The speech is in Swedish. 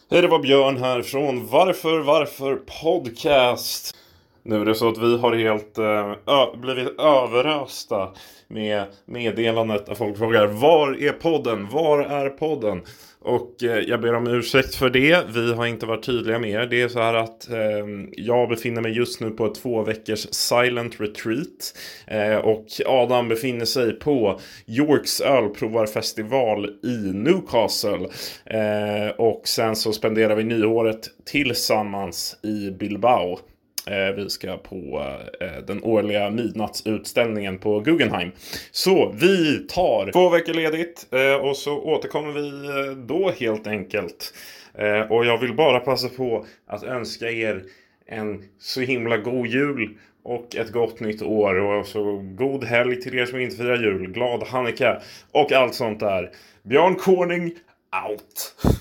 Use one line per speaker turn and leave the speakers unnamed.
Hej, det var Björn här från Varför podcast. Nu är det så att vi har helt blivit överösta med meddelandet att folk frågar: var är podden? Var är podden? Och jag ber om ursäkt för det. Vi har inte varit tydliga med er. Det är så här att jag befinner mig just nu på ett 2 veckors silent retreat. Och Adam befinner sig på Yorks ölprovarfestival i Newcastle. Och sen så spenderar vi nyåret tillsammans i Bilbao. Vi ska på den årliga midnattsutställningen på Guggenheim. Så vi tar 2 veckor ledigt och så återkommer vi då helt enkelt. Och jag vill bara passa på att önska er en så himla god jul och ett gott nytt år. Och så god helg till er som inte firar jul. Glad Hanukkah och allt sånt där. Björn Corning out!